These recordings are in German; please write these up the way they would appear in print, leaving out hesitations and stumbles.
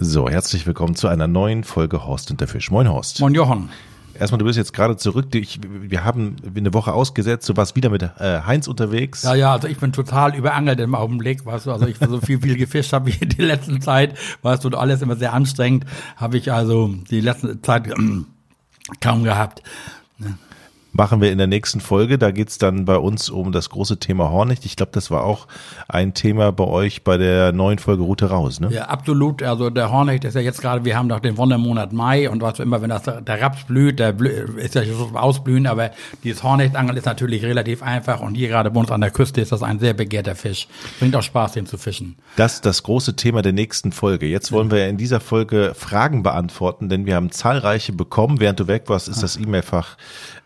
So, herzlich willkommen zu einer neuen Folge Horst und der Fisch. Moin Horst. Moin Jochen. Erstmal, du bist jetzt gerade zurück. Wir haben eine Woche ausgesetzt. Du warst wieder mit Heinz unterwegs. Ja, also ich bin total überangelt im Augenblick, weißt du. Also ich so viel gefischt habe wie in der letzten Zeit, weißt du, alles immer sehr anstrengend, habe ich also die letzte Zeit kaum gehabt. Machen wir in der nächsten Folge. Da geht's dann bei uns um das große Thema Hornicht. Ich glaube, das war auch ein Thema bei euch bei der neuen Folge Route raus, ne? Ja, absolut. Also der Hornicht ist ja jetzt gerade, wir haben doch den Wondermonat Mai und weißt du immer, wenn der Raps blüht, ist ja schon ausblühen, aber dieses Hornichtangeln ist natürlich relativ einfach und hier gerade bei uns an der Küste ist das ein sehr begehrter Fisch. Bringt auch Spaß, den zu fischen. Das ist das große Thema der nächsten Folge. Jetzt wollen wir in dieser Folge Fragen beantworten, denn wir haben zahlreiche bekommen. Während du weg warst, ist das E-Mail-Fach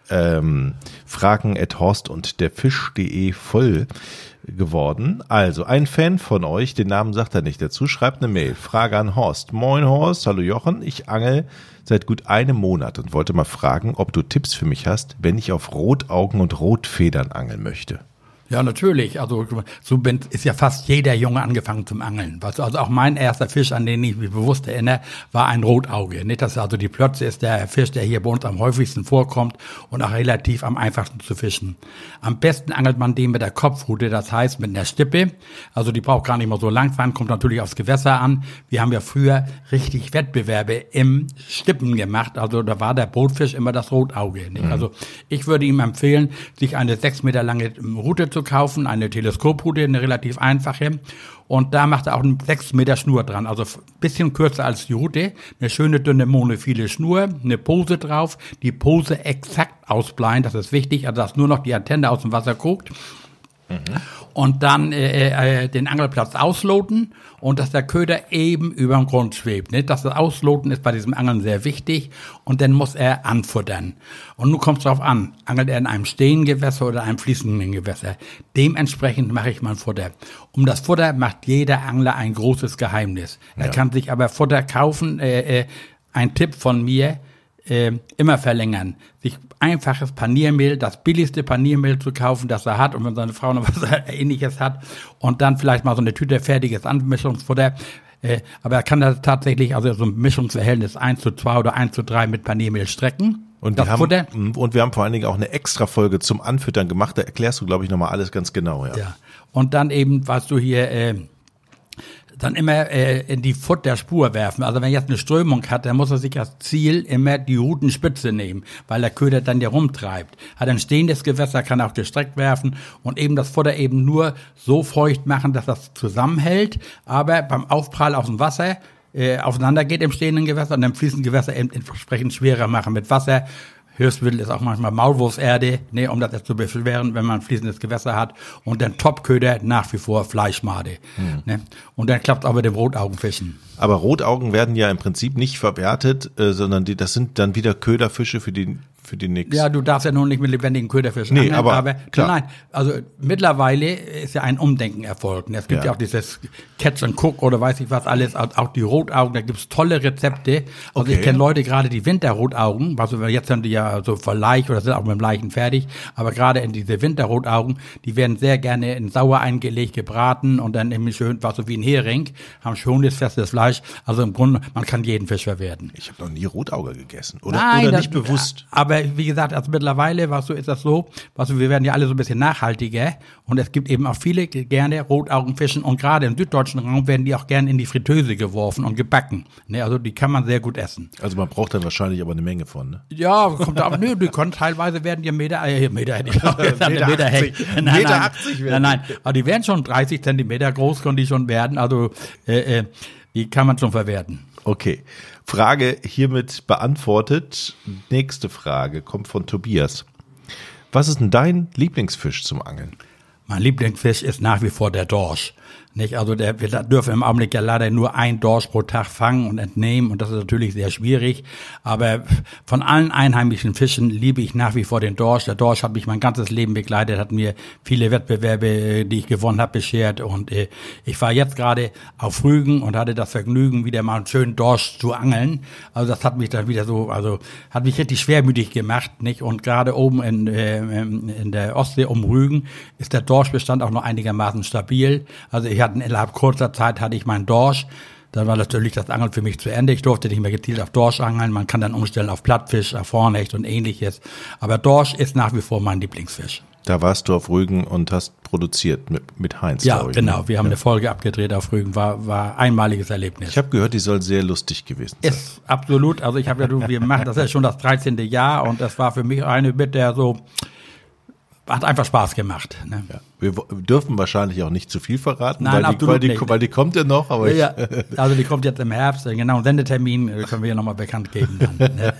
fragen@horstundderfisch.de voll geworden. Also, ein Fan von euch, den Namen sagt er nicht dazu, schreibt eine Mail. Frage an Horst. Moin Horst, hallo Jochen, ich angel seit gut einem Monat und wollte mal fragen, ob du Tipps für mich hast, wenn ich auf Rotaugen und Rotfedern angeln möchte. Ja, natürlich. Also so ist ja fast jeder Junge angefangen zum Angeln. Also auch mein erster Fisch, an den ich mich bewusst erinnere, war ein Rotauge. Nicht, dass also die Plötze ist der Fisch, der hier bei uns am häufigsten vorkommt und auch relativ am einfachsten zu fischen. Am besten angelt man den mit der Kopfrute, das heißt mit einer Stippe. Also die braucht gar nicht mal so lang sein, kommt natürlich aufs Gewässer an. Wir haben ja früher richtig Wettbewerbe im Stippen gemacht. Also da war der Brotfisch immer das Rotauge. Nicht? Also ich würde ihm empfehlen, sich eine 6 Meter lange Rute zu kaufen, eine Teleskoprute, eine relativ einfache. Und da macht er auch eine 6 Meter Schnur dran, also ein bisschen kürzer als die Rute. Eine schöne, dünne, monophile Schnur, eine Pose drauf, die Pose exakt ausbleiben, das ist wichtig, also dass nur noch die Antenne aus dem Wasser guckt. Und dann den Angelplatz ausloten und dass der Köder eben über dem Grund schwebt. Nicht? Das Ausloten ist bei diesem Angeln sehr wichtig und dann muss er anfuttern. Und nun kommt es darauf an, angelt er in einem stehenden Gewässer oder einem fließenden Gewässer. Dementsprechend mache ich mein Futter. Um das Futter macht jeder Angler ein großes Geheimnis. Ja. Er kann sich aber Futter kaufen. Ein Tipp von mir, immer verlängern. Sich einfaches Paniermehl, das billigste Paniermehl zu kaufen, das er hat und wenn seine Frau noch was Ähnliches hat und dann vielleicht mal so eine Tüte fertiges Anmischungsfutter. Aber er kann das tatsächlich, also so ein Mischungsverhältnis 1:2 oder 1:3 mit Paniermehl strecken. Und wir haben vor allen Dingen auch eine extra Folge zum Anfüttern gemacht. Da erklärst du, glaube ich, nochmal alles ganz genau. Ja. Und dann eben, was du hier dann immer in die Futterspur werfen. Also wenn er jetzt eine Strömung hat, dann muss er sich als Ziel immer die Rutenspitze nehmen, weil der Köder dann ja rumtreibt. Hat ein stehendes Gewässer, kann er auch gestreckt werfen und eben das Futter eben nur so feucht machen, dass das zusammenhält, aber beim Aufprall aus dem Wasser auseinander geht im stehenden Gewässer und im fließenden Gewässer eben entsprechend schwerer machen mit Wasser. Hilfsmittel ist auch manchmal Maulwurfserde, um das jetzt zu beschweren, wenn man ein fließendes Gewässer hat. Und dann Topköder nach wie vor Fleischmade. Und dann klappt es auch mit dem Rotaugenfischen. Aber Rotaugen werden ja im Prinzip nicht verwertet, sondern das sind dann wieder Köderfische für die nix. Ja, du darfst ja nun nicht mit lebendigen Köderfischen angeln, aber klar. Nein, also mittlerweile ist ja ein Umdenken erfolgt. Es gibt ja auch dieses Catch and Cook oder weiß ich was alles, auch die Rotaugen, da gibt's tolle Rezepte. Also ich kenne Leute, gerade die Winterrotaugen, also jetzt sind die ja so verleicht oder sind auch mit dem Leichen fertig, aber gerade in diese Winterrotaugen, die werden sehr gerne in sauer eingelegt, gebraten und dann eben schön, was so wie ein Hering, haben schönes, festes Fleisch. Also im Grunde, man kann jeden Fisch verwerten. Ich habe noch nie Rotauge gegessen. Oder nicht bewusst. Aber wie gesagt, also mittlerweile, ist das so, wir werden ja alle so ein bisschen nachhaltiger und es gibt eben auch viele gerne Rotaugenfischen und gerade im süddeutschen Raum werden die auch gerne in die Fritteuse geworfen und gebacken. Also die kann man sehr gut essen. Also man braucht dann wahrscheinlich aber eine Menge von, ne? Ja, kommt auch, die können teilweise werden die Meter hätte ich auch gesagt, Meter 80 werden. Nein, aber die werden schon 30 Zentimeter groß, können die schon werden, also die kann man schon verwerten. Okay, Frage hiermit beantwortet. Nächste Frage kommt von Tobias. Was ist denn dein Lieblingsfisch zum Angeln? Mein Lieblingsfisch ist nach wie vor der Dorsch. Nicht? Also wir dürfen im Augenblick ja leider nur ein Dorsch pro Tag fangen und entnehmen und das ist natürlich sehr schwierig. Aber von allen einheimischen Fischen liebe ich nach wie vor den Dorsch. Der Dorsch hat mich mein ganzes Leben begleitet, hat mir viele Wettbewerbe, die ich gewonnen habe, beschert. Und ich war jetzt gerade auf Rügen und hatte das Vergnügen, wieder mal einen schönen Dorsch zu angeln. Also das hat mich dann wieder hat mich richtig schwermütig gemacht. Nicht? Und gerade oben in der Ostsee um Rügen ist der Dorschbestand auch noch einigermaßen stabil. Also innerhalb kurzer Zeit hatte ich meinen Dorsch. Dann war natürlich das Angeln für mich zu Ende. Ich durfte nicht mehr gezielt auf Dorsch angeln. Man kann dann umstellen auf Plattfisch, auf Hornhecht und ähnliches. Aber Dorsch ist nach wie vor mein Lieblingsfisch. Da warst du auf Rügen und hast produziert mit Heinz. Ja, genau. Wir haben eine Folge abgedreht auf Rügen. War einmaliges Erlebnis. Ich habe gehört, die soll sehr lustig gewesen sein. Ist absolut. Also ich habe ja, wir machen das ja schon das 13. Jahr und das war für mich eine mit der so, hat einfach Spaß gemacht. Ne? Ja. Wir dürfen wahrscheinlich auch nicht zu viel verraten, Nein, weil die kommt ja noch. Aber ja, also die kommt jetzt im Herbst, genau, einen Sendetermin können wir ja nochmal bekannt geben. Dann, ne?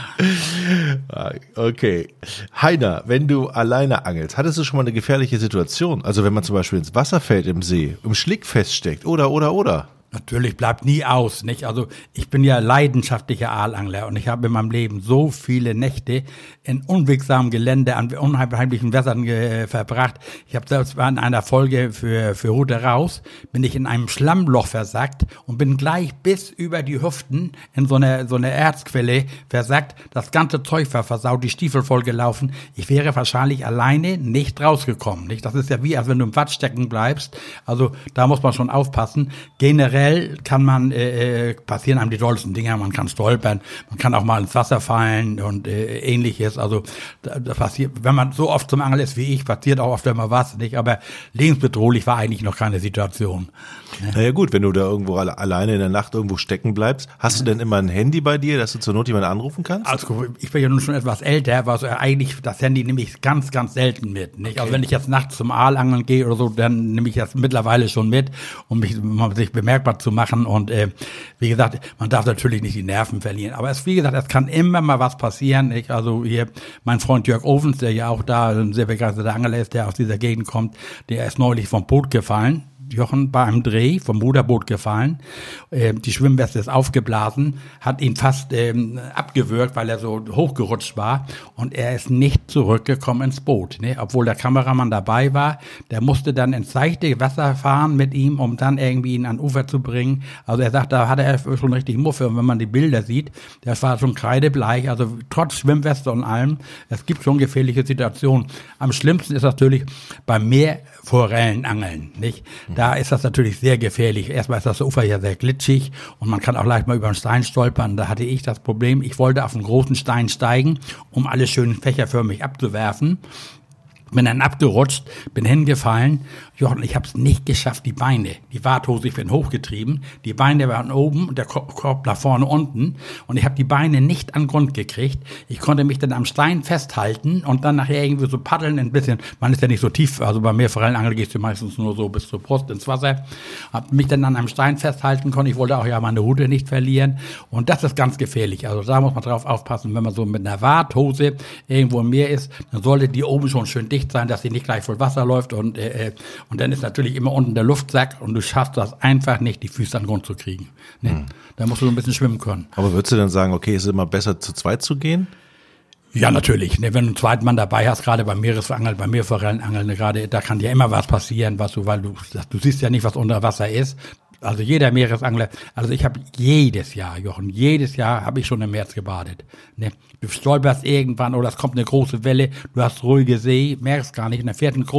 Okay. Heiner, wenn du alleine angelst, hattest du schon mal eine gefährliche Situation? Also wenn man zum Beispiel ins Wasser fällt im See, im Schlick feststeckt oder? Natürlich bleibt nie aus, nicht? Also ich bin ja leidenschaftlicher Aalangler und ich habe in meinem Leben so viele Nächte in unwegsamem Gelände an unheimlichen Wässern verbracht. Ich habe selbst in einer Folge für Rute raus, bin ich in einem Schlammloch versackt und bin gleich bis über die Hüften in so eine Erzquelle versackt. Das ganze Zeug war versaut, die Stiefel vollgelaufen. Ich wäre wahrscheinlich alleine nicht rausgekommen, nicht? Das ist ja wie, als wenn du im Watt stecken bleibst. Also da muss man schon aufpassen. Generell kann man, passieren einem die tollsten Dinge, man kann stolpern, man kann auch mal ins Wasser fallen und ähnliches, also das passiert, wenn man so oft zum Angeln ist wie ich, passiert auch oft immer was, nicht, aber lebensbedrohlich war eigentlich noch keine Situation. Ne? Naja gut, wenn du da irgendwo alleine in der Nacht irgendwo stecken bleibst, hast du denn immer ein Handy bei dir, dass du zur Not jemanden anrufen kannst? Also ich bin ja nun schon etwas älter, was eigentlich das Handy nehme ich ganz, ganz selten mit, nicht? Okay. Also wenn ich jetzt nachts zum Aalangeln gehe oder so, dann nehme ich das mittlerweile schon mit, um sich bemerkbar zu machen und wie gesagt, man darf natürlich nicht die Nerven verlieren, aber wie gesagt, es kann immer mal was passieren. Also hier mein Freund Jörg Ovens, der ja auch da ein sehr begeisterter Angler ist, der aus dieser Gegend kommt, der ist neulich vom Boot gefallen. Jochen bei einem Dreh vom Ruderboot gefallen. Die Schwimmweste ist aufgeblasen, hat ihn fast abgewürgt, weil er so hochgerutscht war. Und er ist nicht zurückgekommen ins Boot. Ne? Obwohl der Kameramann dabei war. Der musste dann ins seichte Wasser fahren mit ihm, um dann irgendwie ihn an Ufer zu bringen. Also er sagt, da hatte er schon richtig Muffe. Und wenn man die Bilder sieht, das war schon kreidebleich. Also trotz Schwimmweste und allem, es gibt schon gefährliche Situationen. Am schlimmsten ist natürlich beim Meerforellenangeln, nicht? Da ist das natürlich sehr gefährlich. Erstmal ist das Ufer ja sehr glitschig und man kann auch leicht mal über einen Stein stolpern. Da hatte ich das Problem, ich wollte auf einen großen Stein steigen, um alles schön fächerförmig abzuwerfen. Bin dann abgerutscht, bin hingefallen. Jochen, ich habe es nicht geschafft, die Beine, die Warthose, ich bin hochgetrieben, die Beine waren oben und der Korb nach vorne unten und ich habe die Beine nicht an Grund gekriegt. Ich konnte mich dann am Stein festhalten und dann nachher irgendwie so paddeln ein bisschen. Man ist ja nicht so tief, also bei Meerforellenangeln gehst du meistens nur so bis zur Brust ins Wasser. Hab mich dann an einem Stein festhalten können. Ich wollte auch ja meine Rute nicht verlieren und das ist ganz gefährlich. Also da muss man drauf aufpassen, wenn man so mit einer Warthose irgendwo im Meer ist, dann sollte die oben schon schön dicht sein, dass sie nicht gleich voll Wasser läuft und dann ist natürlich immer unten der Luftsack und du schaffst das einfach nicht, die Füße an den Grund zu kriegen. Ne? Da musst du so ein bisschen schwimmen können. Aber würdest du dann sagen, okay, ist es immer besser zu zweit zu gehen? Ja, natürlich. Ne, wenn du einen zweiten Mann dabei hast, gerade beim Meeresangeln, beim Meerforellenangeln, gerade da kann dir immer was passieren, weil du siehst ja nicht, was unter Wasser ist. Also jeder Meeresangler, also ich habe jedes Jahr, Jochen, habe ich schon im März gebadet. Ne? Du stolperst irgendwann oder es kommt eine große Welle, du hast ruhige See, merkst gar nicht, und dann fährt ein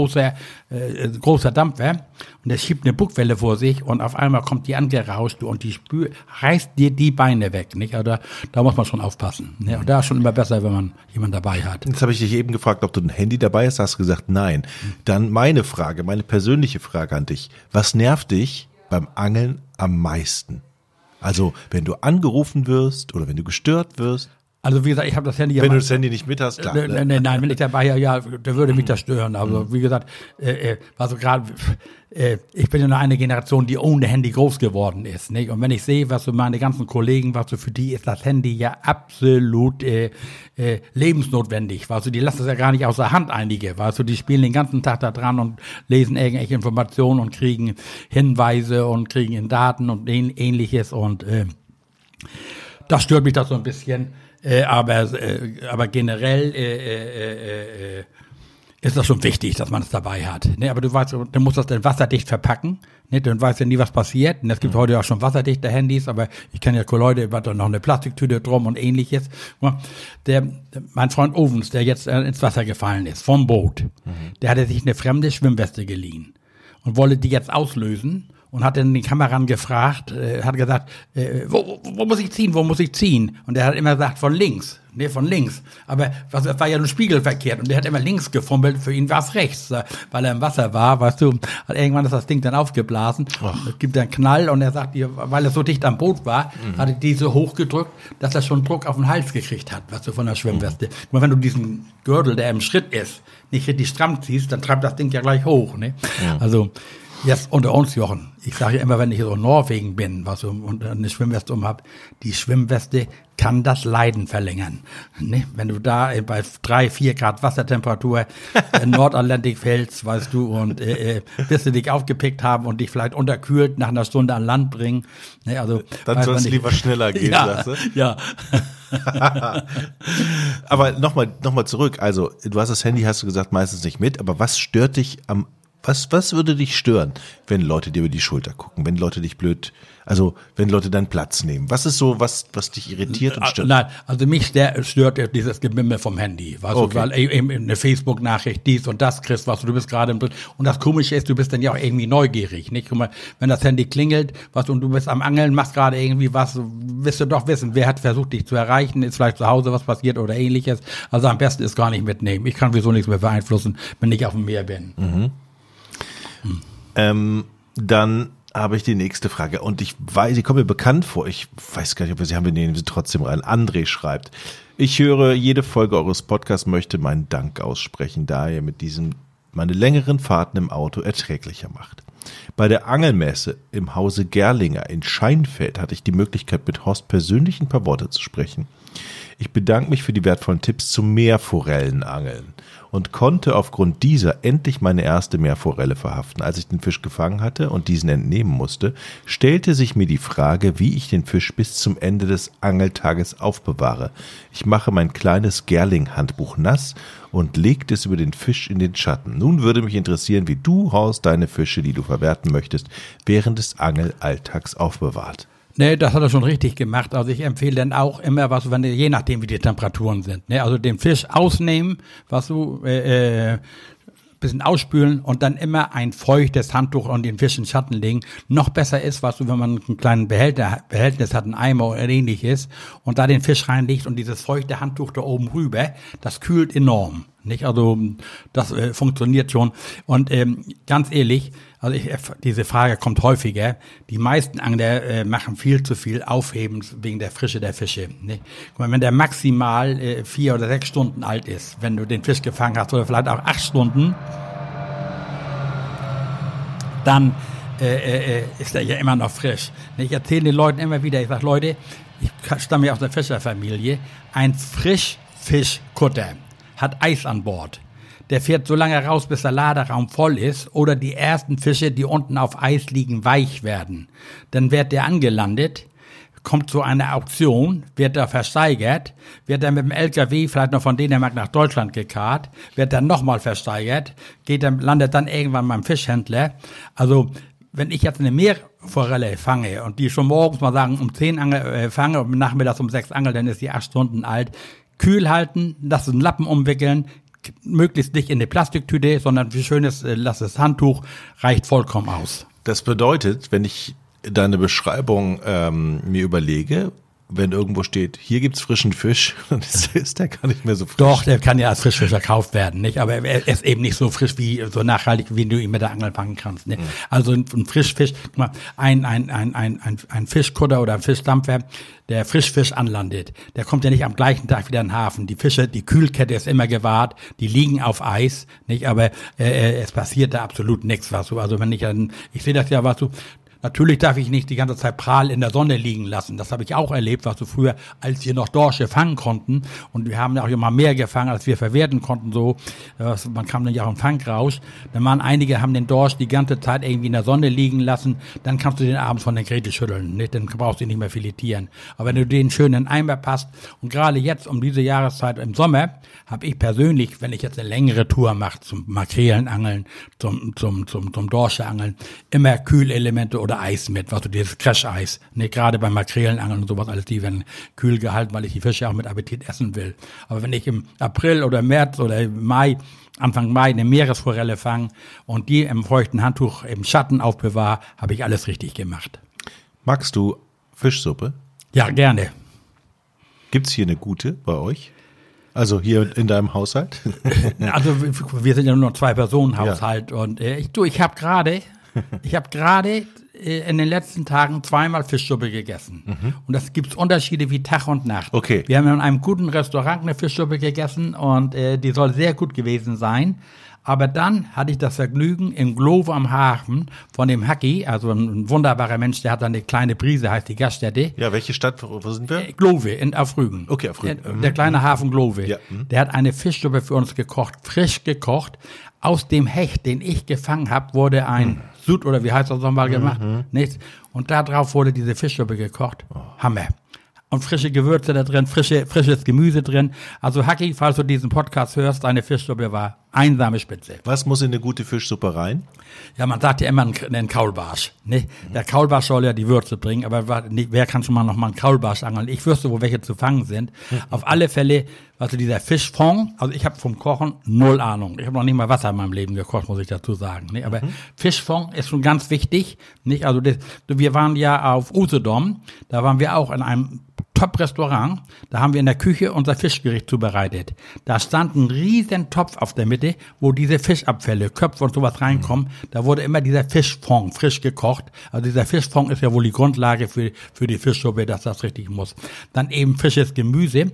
großer Dampfer und der schiebt eine Bugwelle vor sich und auf einmal kommt die angerauscht und die reißt dir die Beine weg. Nicht? Also da muss man schon aufpassen. Ne? Und da ist schon immer besser, wenn man jemanden dabei hat. Jetzt habe ich dich eben gefragt, ob du ein Handy dabei hast, hast gesagt nein. Dann meine persönliche Frage an dich. Was nervt dich beim Angeln am meisten? Also, wenn du angerufen wirst oder wenn du gestört wirst? Also, wie gesagt, ich habe das Handy... Wenn du das Handy nicht mit hast, klar. Nein, wenn ich dabei da würde mich das stören. Also, wie gesagt, also gerade, ich bin ja nur eine Generation, die ohne Handy groß geworden ist. Nicht? Und wenn ich sehe, was so meine ganzen Kollegen, für die ist das Handy ja absolut lebensnotwendig. Die lassen es ja gar nicht außer Hand, einige. Die spielen den ganzen Tag da dran und lesen irgendwelche Informationen und kriegen Hinweise und kriegen Daten und ähnliches. Und das stört mich das so ein bisschen. Aber generell ist das schon wichtig, dass man es dabei hat. Ne, aber du weißt, du musst das dann wasserdicht verpacken. Ne, dann weißt du ja nie, was passiert. Und es gibt heute auch schon wasserdichte Handys, aber ich kenne ja Leute, die hat dann noch eine Plastiktüte drum und ähnliches. Mein Freund Ovens, der jetzt ins Wasser gefallen ist, vom Boot, der hatte sich eine fremde Schwimmweste geliehen und wollte die jetzt auslösen und hat dann den Kameramann gefragt, hat gesagt, wo muss ich ziehen, wo muss ich ziehen? Und er hat immer gesagt, von links. Nee, von links. Aber das war ja nur spiegelverkehrt und der hat immer links gefummelt, für ihn war es rechts, weil er im Wasser war, weißt du. Hat irgendwann ist das Ding dann aufgeblasen, es gibt einen Knall und er sagt, weil er so dicht am Boot war, hat er die so hochgedrückt, dass er schon Druck auf den Hals gekriegt hat, weißt du, von der Schwimmweste. Guck mal, wenn du diesen Gürtel, der im Schritt ist, nicht richtig stramm ziehst, dann treibt das Ding ja gleich hoch, ne? Ja. Also, jetzt unter uns, Jochen, ich sage ja immer, wenn ich so in Norwegen bin, was und eine Schwimmweste hab, die Schwimmweste kann das Leiden verlängern. Ne? Wenn du da bei 3-4 Grad Wassertemperatur in Nordatlantik fällst, weißt du, und bis sie dich aufgepickt haben und dich vielleicht unterkühlt nach einer Stunde an Land bringen. Ne? Also, dann soll es lieber schneller gehen, ja, ja. Aber nochmal zurück. Also, du hast das Handy, hast du gesagt, meistens nicht mit, aber was stört dich was würde dich stören, wenn Leute dir über die Schulter gucken, wenn Leute dich wenn Leute deinen Platz nehmen? Was ist so, was dich irritiert und stört? Nein, also mich stört dieses Gebimmel vom Handy, weißt du, weil eben eine Facebook-Nachricht dies und das kriegst, was du bist gerade im Drin. Und das Komische ist, du bist dann ja auch irgendwie neugierig, nicht? Guck mal, wenn das Handy klingelt, und du bist am Angeln, machst gerade irgendwie was, wirst du doch wissen, wer hat versucht, dich zu erreichen, ist vielleicht zu Hause was passiert oder ähnliches. Also am besten ist gar nicht mitnehmen. Ich kann sowieso nichts mehr beeinflussen, wenn ich auf dem Meer bin. Mhm. Dann habe ich die nächste Frage und ich weiß, sie kommt mir bekannt vor, ich weiß gar nicht, ob wir sie haben, wir nehmen sie trotzdem rein. André schreibt, ich höre jede Folge eures Podcasts, möchte meinen Dank aussprechen, da ihr mit diesem meine längeren Fahrten im Auto erträglicher macht. Bei der Angelmesse im Hause Gerlinger in Scheinfeld hatte ich die Möglichkeit, mit Horst persönlich ein paar Worte zu sprechen. Ich bedanke mich für die wertvollen Tipps zum Meerforellenangeln und konnte aufgrund dieser endlich meine erste Meerforelle verhaften. Als ich den Fisch gefangen hatte und diesen entnehmen musste, stellte sich mir die Frage, wie ich den Fisch bis zum Ende des Angeltages aufbewahre. Ich mache mein kleines Gerling-Handbuch nass und legte es über den Fisch in den Schatten. Nun würde mich interessieren, wie du, Horst, deine Fische, die du verwerten möchtest, während des Angelalltags aufbewahrt. Nee, das hat er schon richtig gemacht. Also ich empfehle dann auch immer, je nachdem wie die Temperaturen sind, ne, also den Fisch ausnehmen, bisschen ausspülen und dann immer ein feuchtes Handtuch und den Fisch in den Schatten legen. Noch besser ist, wenn man einen kleinen Behältnis hat, einen Eimer oder ähnliches und da den Fisch reinlegt und dieses feuchte Handtuch da oben rüber, das kühlt enorm. Nicht? Also das funktioniert schon. Und ganz ehrlich, diese Frage kommt häufiger. Die meisten Angler machen viel zu viel Aufhebens wegen der Frische der Fische. Nicht? Guck mal, wenn der maximal 4 oder 6 Stunden alt ist, wenn du den Fisch gefangen hast, oder vielleicht auch 8 Stunden, dann ist er ja immer noch frisch. Ich erzähle den Leuten immer wieder, ich sage, Leute, ich stamme ja aus der Fischerfamilie, ein Frischfischkutter hat Eis an Bord. Der fährt so lange raus, bis der Laderaum voll ist oder die ersten Fische, die unten auf Eis liegen, weich werden. Dann wird der angelandet, kommt zu einer Auktion, wird da versteigert, wird dann mit dem LKW vielleicht noch von Dänemark nach Deutschland gekarrt, wird dann nochmal versteigert, landet dann irgendwann beim Fischhändler. Also wenn ich jetzt eine Meerforelle fange und die schon morgens mal sagen, um 10 fange und nachmittags um 6 angel, dann ist die 8 Stunden alt, kühl halten, lass einen Lappen umwickeln, möglichst nicht in eine Plastiktüte, sondern wie schönes, lasses Handtuch reicht vollkommen aus. Das bedeutet, wenn ich deine Beschreibung mir überlege, wenn irgendwo steht, hier gibt's frischen Fisch, dann ist der gar nicht mehr so frisch. Doch, der kann ja als Frischfisch verkauft werden, nicht? Aber er ist eben nicht so frisch so nachhaltig, wie du ihn mit der Angel fangen kannst, ne? Also ein Frischfisch, guck mal, ein Fischkutter oder ein Fischdampfer, der Frischfisch anlandet, der kommt ja nicht am gleichen Tag wieder in den Hafen. Die Fische, die Kühlkette ist immer gewahrt, die liegen auf Eis, nicht? Aber es passiert da absolut nichts, also wenn ich sehe das ja, natürlich darf ich nicht die ganze Zeit prahl in der Sonne liegen lassen. Das habe ich auch erlebt, früher, als wir noch Dorsche fangen konnten. Und wir haben ja auch immer mehr gefangen, als wir verwerten konnten. Man kam dann ja auch im Fangrausch. Dann waren einige, haben den Dorsch die ganze Zeit irgendwie in der Sonne liegen lassen. Dann kannst du den abends von der Grete schütteln. Nicht? Dann brauchst du ihn nicht mehr filetieren. Aber wenn du den schön in den Eimer passt und gerade jetzt um diese Jahreszeit im Sommer, habe ich persönlich, wenn ich jetzt eine längere Tour mache, zum Makrelenangeln, zum Dorscheangeln, immer Kühlelemente oder Eis mit, was du dieses Crash-Eis, ne, gerade beim Makrelenangeln und sowas alles, die werden kühl gehalten, weil ich die Fische auch mit Appetit essen will. Aber wenn ich im April oder März oder Mai, Anfang Mai eine Meeresforelle fange und die im feuchten Handtuch im Schatten aufbewahre, habe ich alles richtig gemacht. Magst du Fischsuppe? Ja, gerne. Gibt's hier eine gute bei euch? Also hier in deinem Haushalt? Also wir sind ja nur 2-Personen-Haushalt und ich habe gerade in den letzten Tagen zweimal Fischsuppe gegessen. Und das gibt's Unterschiede wie Tag und Nacht. Okay. Wir haben in einem guten Restaurant eine Fischsuppe gegessen und die soll sehr gut gewesen sein. Aber dann hatte ich das Vergnügen in Glove am Hafen von dem Hacki, also ein wunderbarer Mensch, der hat eine kleine Brise, heißt die Gaststätte. Ja, welche Stadt, wo sind wir? Glove auf Rügen. Okay, auf Rügen. Der kleine Hafen Glove. Ja. Der hat eine Fischsuppe für uns gekocht, frisch gekocht. Aus dem Hecht, den ich gefangen habe, wurde ein Sud, oder wie heißt das nochmal gemacht? Nichts. Und da drauf wurde diese Fischsuppe gekocht. Hammer. Und frische Gewürze da drin, frisches Gemüse drin. Also Hacki, falls du diesen Podcast hörst, deine Fischsuppe war einsame Spitze. Was muss in eine gute Fischsuppe rein? Ja, man sagt ja immer einen Kaulbarsch. Ne? Der Kaulbarsch soll ja die Würze bringen, aber wer kann schon mal noch mal einen Kaulbarsch angeln? Ich wüsste, wo welche zu fangen sind. Auf alle Fälle, also dieser Fischfond, also ich habe vom Kochen null Ahnung. Ich habe noch nicht mal Wasser in meinem Leben gekocht, muss ich dazu sagen. Ne? Aber Fischfond ist schon ganz wichtig. Nicht? Also wir waren ja auf Usedom, da waren wir auch in einem Top-Restaurant, da haben wir in der Küche unser Fischgericht zubereitet. Da stand ein riesen Topf auf der Mitte, wo diese Fischabfälle, Köpfe und sowas reinkommen. Da wurde immer dieser Fischfond frisch gekocht. Also dieser Fischfond ist ja wohl die Grundlage für die Fischsuppe, dass das richtig muss. Dann eben frisches Gemüse.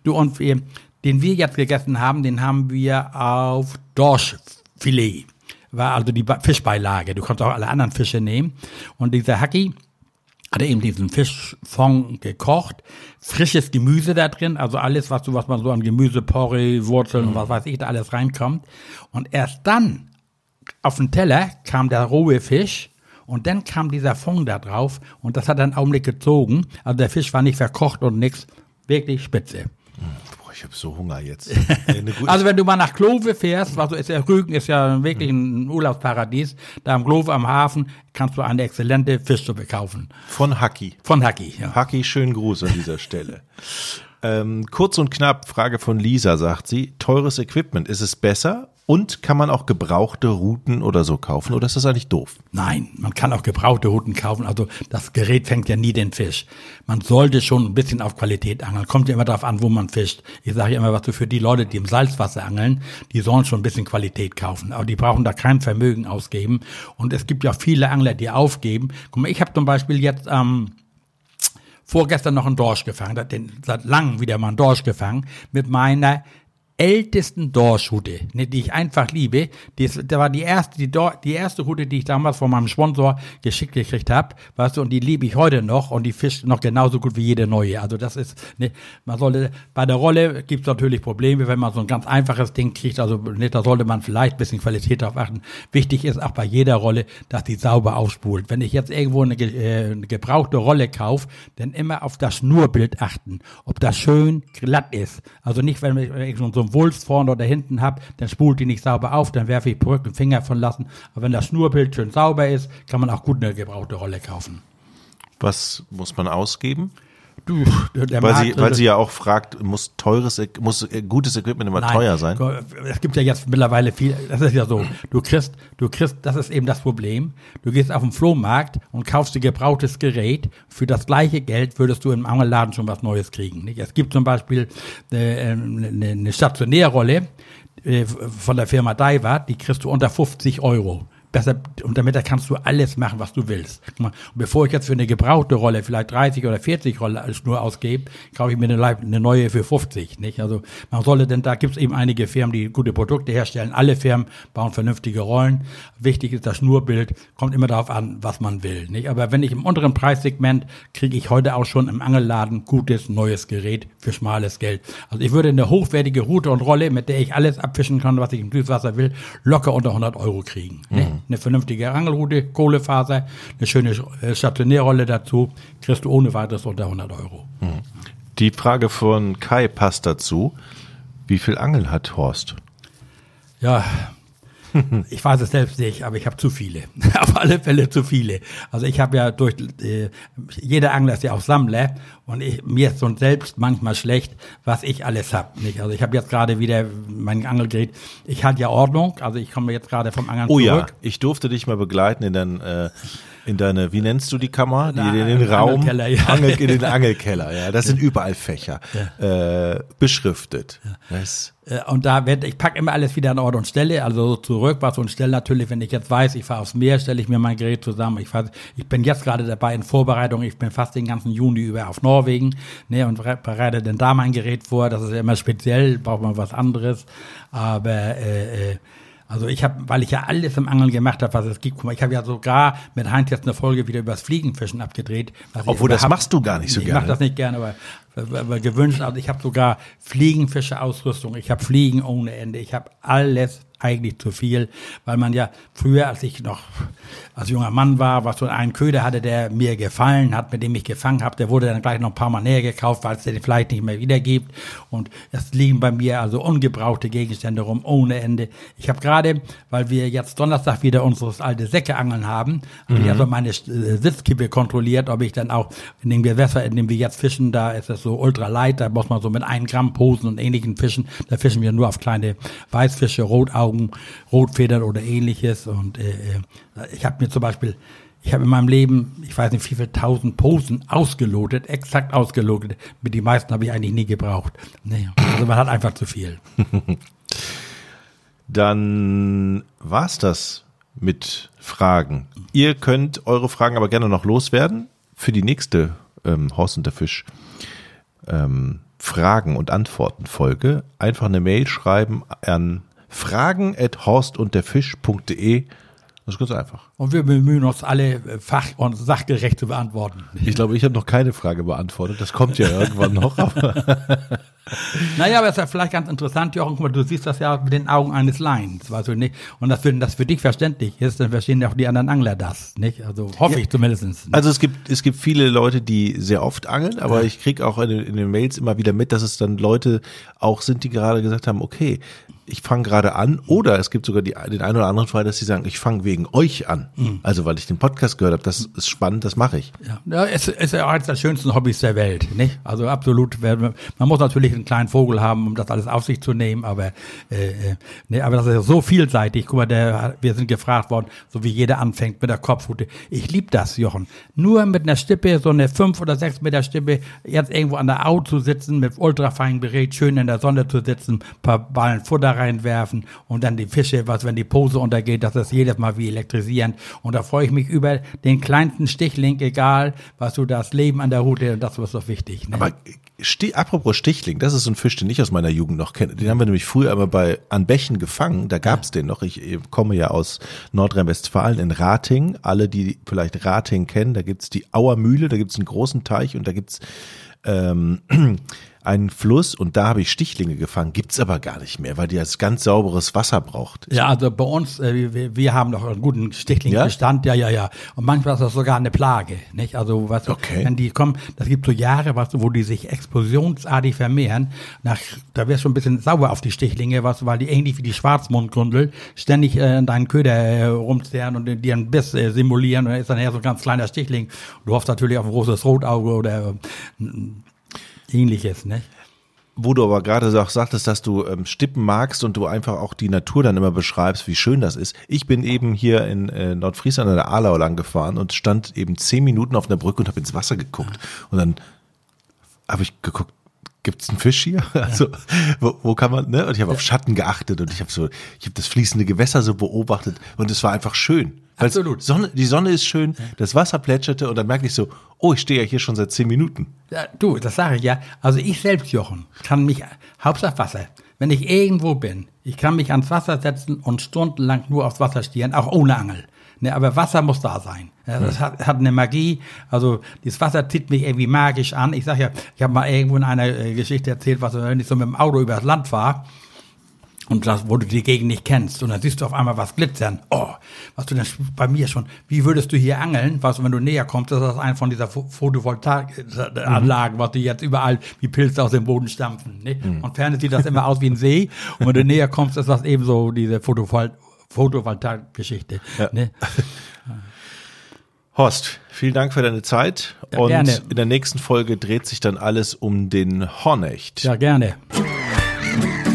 Den wir jetzt gegessen haben, den haben wir auf Dorschfilet. War also die Fischbeilage. Du kannst auch alle anderen Fische nehmen. Und dieser Hacki hat er eben diesen Fischfond gekocht, frisches Gemüse da drin, also alles, was man so an Gemüse, Porree, Wurzeln und was weiß ich, da alles reinkommt. Und erst dann auf den Teller kam der rohe Fisch und dann kam dieser Fond da drauf und das hat einen Augenblick gezogen. Also der Fisch war nicht verkocht und nix, wirklich spitze. Ich habe so Hunger jetzt. Also wenn du mal nach Glove fährst, also Rügen ist ja wirklich ein Urlaubsparadies, da am Glove am Hafen kannst du eine exzellente Fischsuppe kaufen. Von Hacki. Von Hacki, ja. Hacki, schönen Gruß an dieser Stelle. Kurz und knapp, Frage von Lisa, sagt sie, teures Equipment, ist es besser? Und kann man auch gebrauchte Routen oder so kaufen? Oder ist das eigentlich doof? Nein, man kann auch gebrauchte Routen kaufen. Also das Gerät fängt ja nie den Fisch. Man sollte schon ein bisschen auf Qualität angeln. Kommt ja immer darauf an, wo man fischt. Ich sage ja immer, was für die Leute, die im Salzwasser angeln, die sollen schon ein bisschen Qualität kaufen. Aber die brauchen da kein Vermögen ausgeben. Und es gibt ja viele Angler, die aufgeben. Guck mal, ich habe zum Beispiel jetzt vorgestern noch einen Dorsch gefangen. Seit langem wieder mal einen Dorsch gefangen mit meiner ältesten Dorschrute, ne, die ich einfach liebe. Da war die erste Rute, die ich damals von meinem Sponsor geschickt gekriegt habe, weißt du, und die liebe ich heute noch und die fischt noch genauso gut wie jede neue. Also das ist, ne, bei der Rolle gibt's natürlich Probleme, wenn man so ein ganz einfaches Ding kriegt, also ne, da sollte man vielleicht ein bisschen Qualität drauf achten. Wichtig ist auch bei jeder Rolle, dass die sauber ausspult. Wenn ich jetzt irgendwo eine gebrauchte Rolle kaufe, dann immer auf das Schnurbild achten, ob das schön glatt ist. Also nicht, wenn ich so einen Wulst vorne oder hinten habe, dann spult die nicht sauber auf, dann werfe ich Brück den Finger von lassen. Aber wenn das Schnurbild schön sauber ist, kann man auch gut eine gebrauchte Rolle kaufen. Was muss man ausgeben? Weil sie ja auch fragt, muss gutes Equipment immer teuer sein? Es gibt ja jetzt mittlerweile viel, das ist ja so, du kriegst, das ist eben das Problem, du gehst auf den Flohmarkt und kaufst dir gebrauchtes Gerät, für das gleiche Geld würdest du im Angelladen schon was Neues kriegen. Nicht? Es gibt zum Beispiel eine Stationärrolle von der Firma Daiwa, die kriegst du unter 50 €. Besser, und damit kannst du alles machen, was du willst. Und bevor ich jetzt für eine gebrauchte Rolle vielleicht 30 oder 40 Rolle als Schnur ausgebe, kaufe ich mir eine neue für 50. Nicht? Also man sollte, denn da gibt es eben einige Firmen, die gute Produkte herstellen. Alle Firmen bauen vernünftige Rollen. Wichtig ist das Schnurbild, kommt immer darauf an, was man will. Nicht? Aber wenn ich im unteren Preissegment, kriege ich heute auch schon im Angelladen gutes, neues Gerät für schmales Geld. Also ich würde eine hochwertige Rute und Rolle, mit der ich alles abfischen kann, was ich im Süßwasser will, locker unter 100 € kriegen. Eine vernünftige Angelrute, Kohlefaser, eine schöne Stationärrolle dazu, kriegst du ohne weiteres unter 100 €. Die Frage von Kai passt dazu. Wie viel Angeln hat Horst? Ja, Ich weiß es selbst nicht, aber ich habe zu viele. Auf alle Fälle zu viele. Also ich habe ja jeder Angler ist ja auch Sammler und mir ist so selbst manchmal schlecht, was ich alles habe. Also ich habe jetzt gerade wieder mein Angelgerät. Ich halte ja Ordnung, also ich komme jetzt gerade vom Angeln zurück. Ja, ich durfte dich mal begleiten in deine, wie nennst du die Kammer? In den Raum, Angelkeller, ja. In den Angelkeller, ja. Das sind überall Fächer, beschriftet. Ja. Und ich packe immer alles wieder an Ort und Stelle, also zurück, was und stelle natürlich, wenn ich jetzt weiß, ich fahre aufs Meer, stelle ich mir mein Gerät zusammen. Ich bin jetzt gerade dabei in Vorbereitung, ich bin fast den ganzen Juni über auf Norwegen, ne, und bereite dann da mein Gerät vor, das ist ja immer speziell, braucht man was anderes, aber also weil ich ja alles im Angeln gemacht habe, was es gibt. Guck mal, ich habe ja sogar mit Heinz jetzt eine Folge wieder übers Fliegenfischen abgedreht. Obwohl, das machst du gar nicht so gerne. Ich mache das nicht gerne, aber gewünscht. Also ich habe sogar Fliegenfische-Ausrüstung. Ich habe Fliegen ohne Ende. Ich habe alles eigentlich zu viel, weil man ja früher, als ich noch als junger Mann war, was so einen Köder hatte, der mir gefallen hat, mit dem ich gefangen habe, der wurde dann gleich noch ein paar Mal näher gekauft, weil es den vielleicht nicht mehr wieder gibt. Und es liegen bei mir also ungebrauchte Gegenstände rum, ohne Ende. Ich habe gerade, weil wir jetzt Donnerstag wieder unseres alte Säckeangeln haben, habe ich also meine Sitzkippe kontrolliert, ob ich dann auch in dem Gewässer, in dem wir jetzt fischen, da ist es so ultralight, da muss man so mit 1 Gramm Posen und ähnlichen fischen, da fischen wir nur auf kleine Weißfische, Rotaugen, Rotfedern oder ähnliches. Und ich habe mir zum Beispiel, ich habe in meinem Leben, ich weiß nicht wie viele 1000 Posen ausgelotet, exakt ausgelotet. Mit die meisten habe ich eigentlich nie gebraucht. Nee, also man hat einfach zu viel. Dann war's das mit Fragen. Ihr könnt eure Fragen aber gerne noch loswerden für die nächste Horst und der Fisch Fragen- und Antworten-Folge. Einfach eine Mail schreiben an fragen@horstundderfisch.de. Das ist ganz einfach. Und wir bemühen uns, alle fach- und sachgerecht zu beantworten. Ich glaube, ich habe noch keine Frage beantwortet. Das kommt ja irgendwann noch. Naja, aber es ist ja vielleicht ganz interessant, Jochen, guck mal, du siehst das ja mit den Augen eines Laien, weißt du nicht? Und wenn das für dich verständlich ist, dann verstehen ja auch die anderen Angler das, nicht? Also hoffe ich zumindest. Also es gibt viele Leute, die sehr oft angeln, aber ich kriege auch in den Mails immer wieder mit, dass es dann Leute auch sind, die gerade gesagt haben, okay, ich fange gerade an, oder es gibt sogar den einen oder anderen Fall, dass sie sagen, ich fange wegen euch an. Also weil ich den Podcast gehört habe, das ist spannend, das mache ich. Ja, es ist ja auch eines der schönsten Hobbys der Welt, nicht? Also absolut, man muss natürlich einen kleinen Vogel haben, um das alles auf sich zu nehmen, aber aber das ist ja so vielseitig. Guck mal, wir sind gefragt worden, so wie jeder anfängt mit der Kopfrute. Ich liebe das, Jochen. Nur mit einer Stippe, so eine 5 oder 6 Meter Stippe, jetzt irgendwo an der Au zu sitzen, mit ultrafeinem Gerät, schön in der Sonne zu sitzen, ein paar Ballen Futter reinwerfen und dann die Fische, wenn die Pose untergeht, das ist jedes Mal wie elektrisierend. Und da freue ich mich über den kleinsten Stichling, egal, das Leben an der Route, und das ist doch wichtig. Ne? Aber apropos Stichling, das ist so ein Fisch, den ich aus meiner Jugend noch kenne. Den haben wir nämlich früher aber an Bächen gefangen, da gab's den noch. Ich komme ja aus Nordrhein-Westfalen in Rating. Alle, die vielleicht Rating kennen, da gibt's die Auer Mühle, da gibt's einen großen Teich und da gibt's einen Fluss, und da habe ich Stichlinge gefangen, gibt's aber gar nicht mehr, weil die als ganz sauberes Wasser braucht. Ja, also bei uns, wir haben noch einen guten Stichlingsbestand, ja. Und manchmal ist das sogar eine Plage, nicht? Also, wenn die kommen, das gibt so Jahre, wo die sich explosionsartig vermehren, da wärst du ein bisschen sauer auf die Stichlinge, weil die ähnlich wie die Schwarzmundgrundel ständig in deinen Köder rumzerren und dir einen Biss simulieren, und dann ist dann eher so ein ganz kleiner Stichling. Du hoffst natürlich auf ein großes Rotauge oder Ähnliches, ne? Wo du aber gerade sagtest, dass du Stippen magst und du einfach auch die Natur dann immer beschreibst, wie schön das ist. Ich bin eben hier in Nordfriesland an der Ahlau lang gefahren und stand eben 10 Minuten auf einer Brücke und habe ins Wasser geguckt. Und dann habe ich geguckt, gibt's einen Fisch hier? Also, wo kann man, ne? Und ich habe auf Schatten geachtet und ich habe das fließende Gewässer so beobachtet und es war einfach schön. Absolut. Die Sonne ist schön, das Wasser plätscherte und dann merke ich so, ich stehe ja hier schon seit 10 Minuten. Ja, du, das sage ich ja. Also ich selbst, Jochen, kann mich, Hauptsache Wasser, wenn ich irgendwo bin, ich kann mich ans Wasser setzen und stundenlang nur aufs Wasser stieren, auch ohne Angel. Ne, aber Wasser muss da sein. Ja, das hat eine Magie. Also dieses Wasser zieht mich irgendwie magisch an. Ich sage ja, ich habe mal irgendwo in einer Geschichte erzählt, wenn ich so mit dem Auto übers Land fahre, und das, wo du die Gegend nicht kennst, und dann siehst du auf einmal was glitzern. Was du denn bei mir schon, wie würdest du hier angeln? Wenn du näher kommst, das ist ein von dieser Photovoltaikanlagen, was die jetzt überall wie Pilze aus dem Boden stampfen. Ne? Und ferne sieht das immer aus wie ein See. Und wenn du näher kommst, ist das eben so diese Photovoltaik-Geschichte. Ja. Ne? Horst, vielen Dank für deine Zeit. Ja, und gerne. in der nächsten Folge dreht sich dann alles um den Hornecht. Ja, gerne.